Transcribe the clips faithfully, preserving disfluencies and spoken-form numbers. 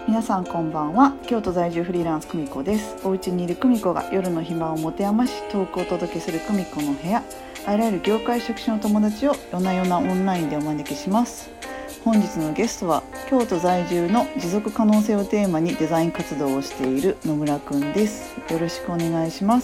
皆さんこんばんは。京都在住フリーランス久美子です。お家にいる久美子が夜の暇を持て余しトークをお届けする久美子の部屋。あらゆる業界職種の友達を夜な夜なオンラインでお招きします。本日のゲストは京都在住の持続可能性をテーマにデザイン活動をしている野村くんです。よろしくお願いします。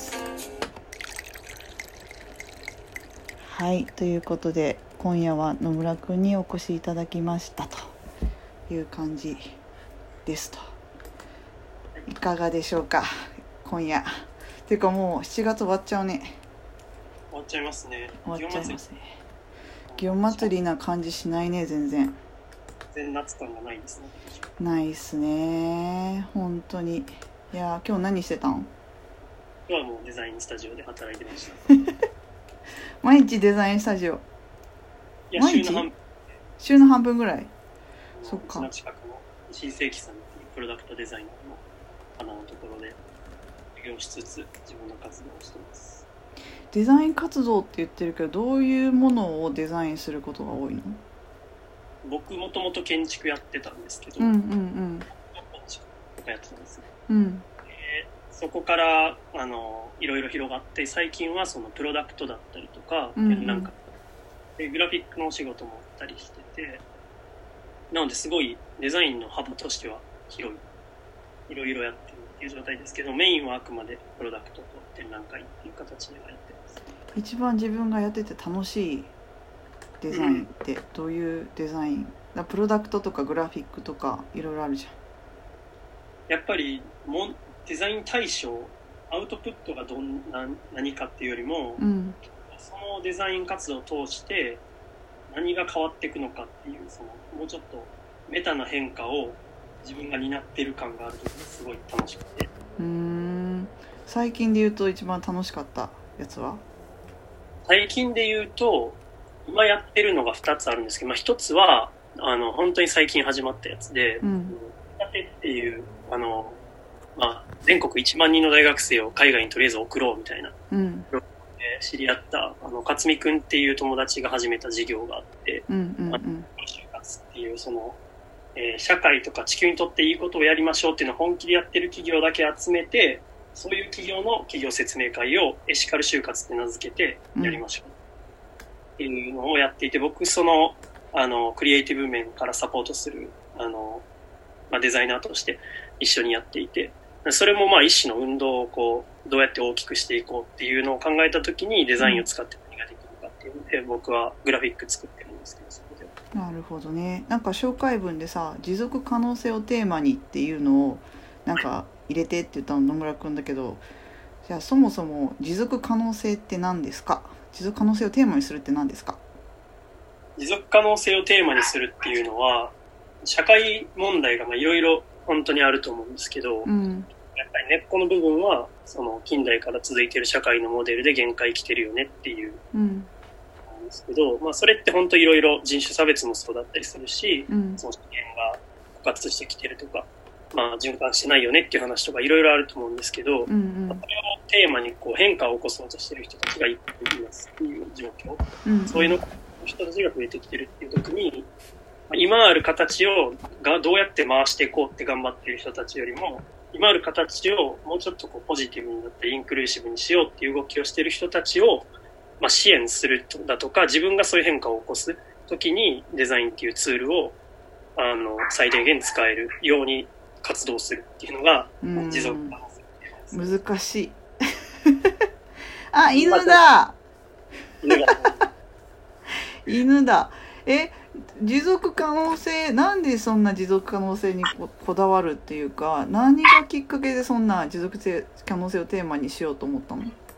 はい、ということで今夜は野村くんにお越しいただきましたという感じですと。いかがでしょうか今夜。ていうかもうしちがつ終わっちゃうね。 終わっちゃいますね。 終わっちゃいますね。祇園祭りな感じしないね。全然全然夏感がないですね。 ないっすね本当に。いや今日何してたん？ 今日はもうデザインスタジオで働いてました毎日デザインスタジオ？ いや毎日週の半週の半分ぐらい。そっか。 うちの近くの石井正樹さんっていうプロダクトデザイナーの花のところで授業しつつ自分の活動をしています。 デザイン活動って言ってるけどどういうものをデザインすることが多いの？ 僕もともと建築やってたんですけど、 うんうんうん建築とかやってたんですね。 うんでそこからあのいろいろ広がって最近はそのプロダクトだったりとか、 うんうんなんかでグラフィックのお仕事もあったりしてて、なのですごいデザインの幅としては広い、いろいろやってるっていう状態ですけど、メインはあくまでプロダクトと展覧会っていう形でやってます。 一番自分がやってて楽しいデザインってどういうデザイン？だプロダクトとかグラフィックとかいろいろあるじやっぱりもデザイン対象、アウトプットがどんな何かっていうよりも、 ゃん。うんそのデザイン活動を通して何が変わっていくのかっていう、そのもうちょっとメタな変化を自分が担ってる感があるとすごい楽しくて。 うーん最近で言うと一番楽しかったやつは？ 最近で言うと今やってるのがふたつあるんですけど、まあ、ひとつはあの本当に最近始まったやつで、 うん、 立てっていうあの、まあ、全国いちまんにんの大学生を海外にとりあえず送ろうみたいな、 うん知り合ったあの勝美くんっていう友達が始めた事業があって、 うんうんうん、 就活っていうその、えー、社会とか地球にとっていいことをやりましょうっていうのを本気でやってる企業だけ集めて、そういう企業の企業説明会をエシカル就活って名付けてやりましょうっていうのをやっていて、僕そのあのクリエイティブ面からサポートするあの、まあ、デザイナーとして一緒にやっていて、それもまあ一種の運動をこうどうやって大きくしていこうっていうのを考えたときにデザインを使って何ができるかっていうので、僕はグラフィック作ってるんですけど、そこでなるほどね。なんか紹介文でさ持続可能性をテーマにっていうのをなんか入れてって言ったの野村くんだけど、じゃあそもそも持続可能性って何ですか？持続可能性をテーマにするって何ですか？ 持続可能性をテーマにするっていうのは社会問題がいろいろ本当にあると思うんですけど、 うんやっぱり根っこの部分はその近代から続いている社会のモデルで限界来てるよねっていううんなんですけど、まあ、それって本当いろいろ人種差別もそうだったりするし、 うんその資源が枯渇してきてるとか、まあ、循環してないよねっていう話とかいろいろあると思うんですけど、 うんうんそれをテーマにこう変化を起こそうとしている人たちがいっぱいいますっていう状況、 うんそういうの人たちが増えてきてるっていう時に、今ある形をがどうやって回していこうって頑張っている人たちよりも、今ある形をもうちょっとこうポジティブになってインクルーシブにしようっていう動きをしている人たちを、まあ、支援するだとか、自分がそういう変化を起こす時にデザインっていうツールをあの最低限使えるように活動するっていうのが持続可能性です。 難しいあ、犬だ犬が犬だ。え持続可能性、なんでそんな持続可能性に こ, こだわるっていうか、何がきっかけでそんな持続性可能性をテーマにしようと思ったの？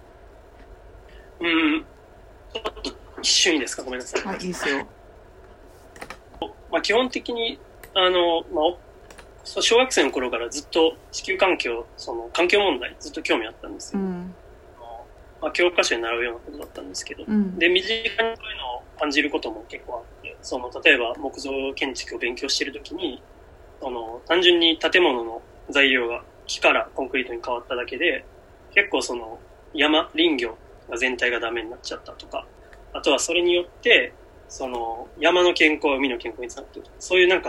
うんちょっと一瞬いいですか、ごめんなさい。 はい、いいですよ。 まあ、基本的にあの、まあ、小学生の頃からずっと地球環境、その環境問題ずっと興味あったんですよ、 うんまあ、教科書に習うようなことだったんですけど、 うん、 で身近にそういうのを感じることも結構あって、その例えば木造建築を勉強しているときに、その単純に建物の材料が木からコンクリートに変わっただけで結構その山林業が全体がダメになっちゃったとか、あとはそれによってその山の健康は海の健康につながっている、そういうなんか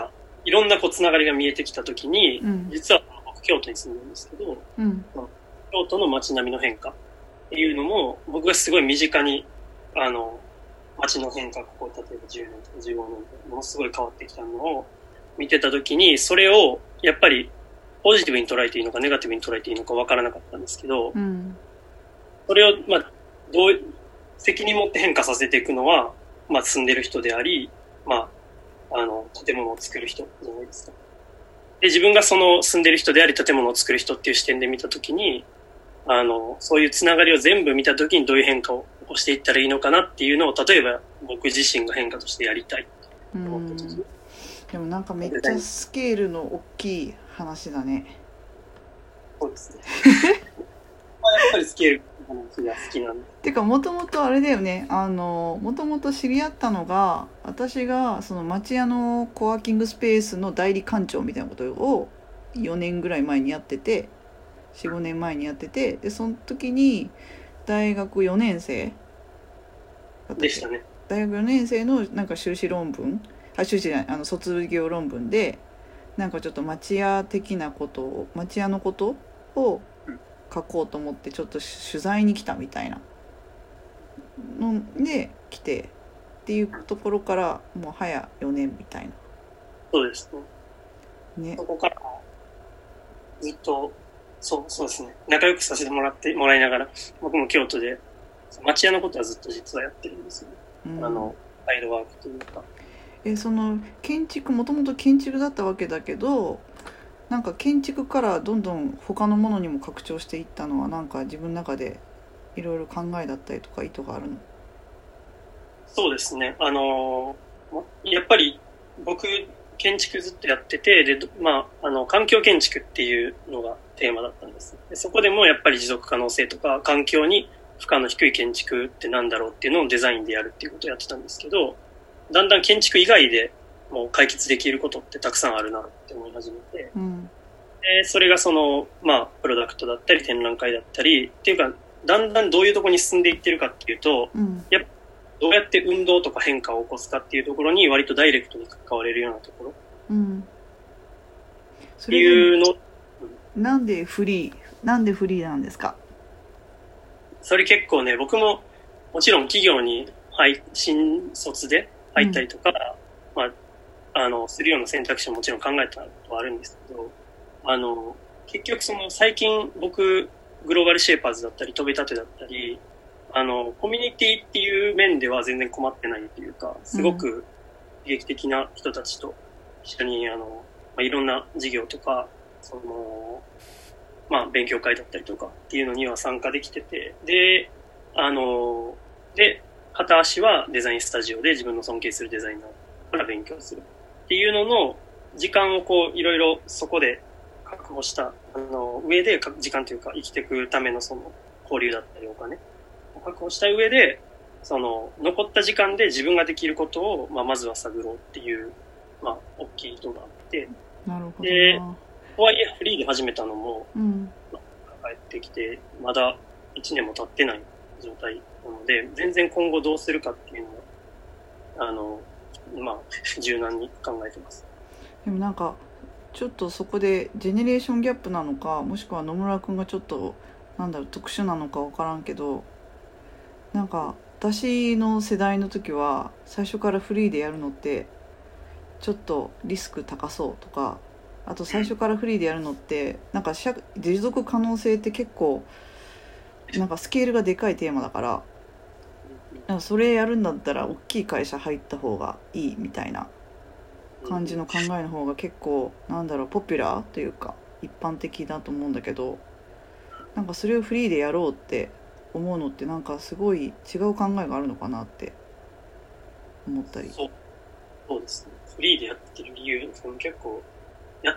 いろんなこうつながりが見えてきたときに、 うん、 実は僕京都に住んでるんですけど、 うん、 京都の街並みの変化っていうのも僕がすごい身近にあの街の変化、ここ例えばじゅうねんとかじゅうごねんとものすごい変わってきたのを見てたときに、それをやっぱりポジティブに捉えていいのかネガティブに捉えていいのかわからなかったんですけど、 うん、 それをまあどう責任持って変化させていくのは、まあ、住んでる人であり、まあ、あの建物を作る人じゃないですか。で自分がその住んでる人であり建物を作る人っていう視点で見たときに、あのそういうつながりを全部見たときにどういう変化を起こしていったらいいのかなっていうのを、例えば僕自身が変化としてやりたいと思った時に、 でもなんかめっちゃスケールの大きい話だね。 そうですねまあやっぱりスケールの話が好きなんで。 てかもともとあれだよね、あのもともと知り合ったのが、私がその町屋のコワーキングスペースの代理館長みたいなことをよねんぐらい前にやってて、 よん,ご 年前にやってて、でその時に大学よねん生だったっけでしたね。 大学よねん生のなんか修士論文、あ修士じゃない、あの卒業論文でなんかちょっと町屋的なことを、町屋のことを書こうと思ってちょっと取材に来たみたいなので来てっていうところからもう早よねんみたいな。 そうですね。 ね、 そこからずっとそうそうですね、仲良くさせてもらってもらいながら、僕も京都で町屋のことはずっと実はやってるんですよね、うん、あのサイドワークというか。 えその建築、もともと建築だったわけだけど、なんか建築からどんどん他のものにも拡張していったのは、なんか自分の中でいろいろ考えだったりとか意図があるの？ そうですね、あのやっぱり僕建築ずっとやってて、で、まあ、あの環境建築っていうのがテーマだったんです。でそこでもやっぱり持続可能性とか環境に負荷の低い建築ってなんだろうっていうのをデザインでやるっていうことをやってたんですけど、だんだん建築以外でもう解決できることってたくさんあるなって思い始めて、うん、でそれがその、まあ、プロダクトだったり展覧会だったりっていうか、だんだんどういうところに進んでいってるかっていうと、うん、やっぱどうやって運動とか変化を起こすかっていうところに割とダイレクトに関われるようなところ、うん、っていうの。 なんでフリーなんでフリーなんですか？ それ結構ね、僕ももちろん企業に入新卒で入ったりとか、うん、まあ、あのするような選択肢ももちろん考えたことはあるんですけど、あの結局その最近僕グローバルシェーパーズだったり飛び立てだったり、あのコミュニティっていう面では全然困ってないっていうか、すごく刺激的な人たちと一緒にあの、まあ、いろんな事業とかその、まあ、勉強会だったりとかっていうのには参加できてて、であので片足はデザインスタジオで自分の尊敬するデザイナーから勉強するっていうのの時間をこういろいろそこで確保したあの上で、時間というか生きていくためのその交流だったりお金確保した上で、その残った時間で自分ができることを、まあ、まずは探ろうっていう、まあ、大きい意図があって、 なるほど。 でとはいえフリーで始めたのも、 うんまあ、帰ってきてまだいちねんも経ってない状態なので、全然今後どうするかっていうのはあの、まあ、柔軟に考えてます。 でもなんかちょっとそこでジェネレーションギャップなのか、もしくは野村くんがちょっとなんだろう特殊なのか分からんけど、なんか私の世代の時は最初からフリーでやるのってちょっとリスク高そうとか、あと最初からフリーでやるのってなんか持続可能性って結構なんかスケールがでかいテーマだから、なんかそれやるんだったら大きい会社入った方がいいみたいな感じの考えの方が結構なんだろうポピュラーというか一般的だと思うんだけど、なんかそれをフリーでやろうって思うのってなんかすごい違う考えがあるのかなって思ったり。 そう、そうですね。フリーでやってる理由、その結構や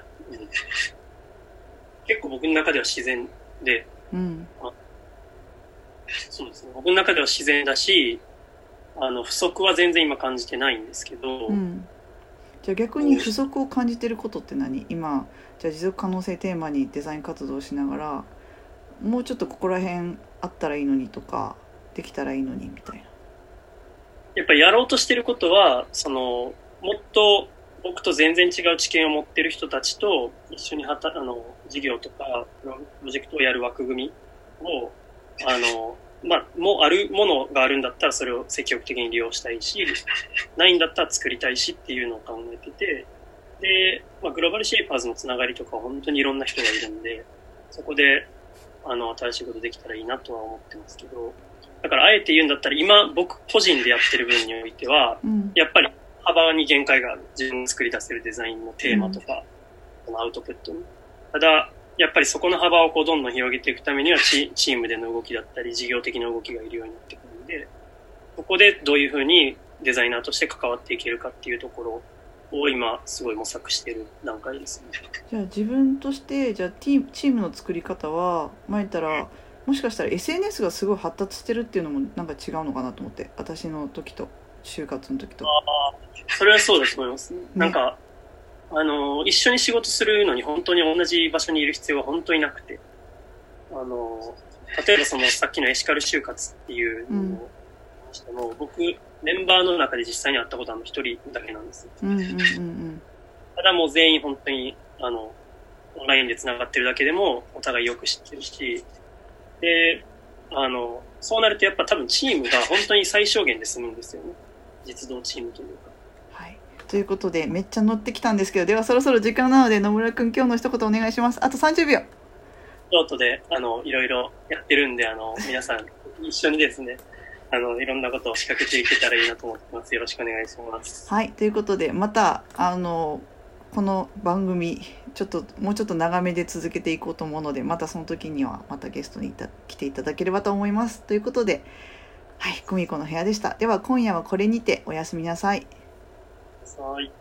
結構僕の中では自然で、 うん、 そうですね。僕の中では自然だし、あの不足は全然今感じてないんですけど。 うん、じゃあ逆に不足を感じてることって何？今じゃあ持続可能性テーマにデザイン活動しながら、もうちょっとここら辺あったらいいのにとかできたらいいのにみたいな。 やっぱりやろうとしてることはそのもっと僕と全然違う知見を持ってる人たちと一緒にはたあの事業とかプロジェクトをやる枠組みをあの、まあ、もうあるものがあるんだったらそれを積極的に利用したいし、ないんだったら作りたいしっていうのを考えてて、で、まあ、グローバルシェイパーズのつながりとか本当にいろんな人がいるんで、そこであの新しいことできたらいいなとは思ってますけど、だからあえて言うんだったら今僕個人でやってる分においては、うん、やっぱり幅に限界がある。自分が作り出せるデザインのテーマとか、うん、アウトプットに。ただ、やっぱりそこの幅をこうどんどん広げていくためにはチ、チームでの動きだったり、事業的な動きがいるようになってくるので、ここでどういうふうにデザイナーとして関わっていけるかっていうところを今すごい模索している段階ですね。 じゃあ自分としてじゃあチームの作り方は前言ったらもしかしたら エスエヌエス がすごい発達してるっていうのもなんか違うのかなと思って、私の時と就活の時と。 ああ、それはそうだと思いますね。なんかあの一緒に仕事するのに本当に同じ場所にいる必要は本当になくて、あの例えばそのさっきのエシカル就活っていうのを話しても、うん、僕メンバーの中で実際に会ったことは一人だけなんですよ。 うんうんうんうん、 ただもう全員本当にあのオンラインでつながってるだけでもお互いよく知ってるし、であのそうなるとやっぱ多分チームが本当に最小限で済むんですよね。実動チームというか。 はい。ということでめっちゃ乗ってきたんですけど、ではそろそろ時間なので野村くん今日の一言お願いします。あとさんじゅうびょう。 ノートであのいろいろやってるんで、あの皆さん一緒にですね、あのいろんなことを仕掛けていけたらいいなと思ってます。よろしくお願いします。 はい。ということでまたあのこの番組ちょっともうちょっと長めで続けていこうと思うので、またその時にはまたゲストにいた来ていただければと思います。ということで、はい、久美子の部屋でした。では今夜はこれにておやすみなさい。 はい。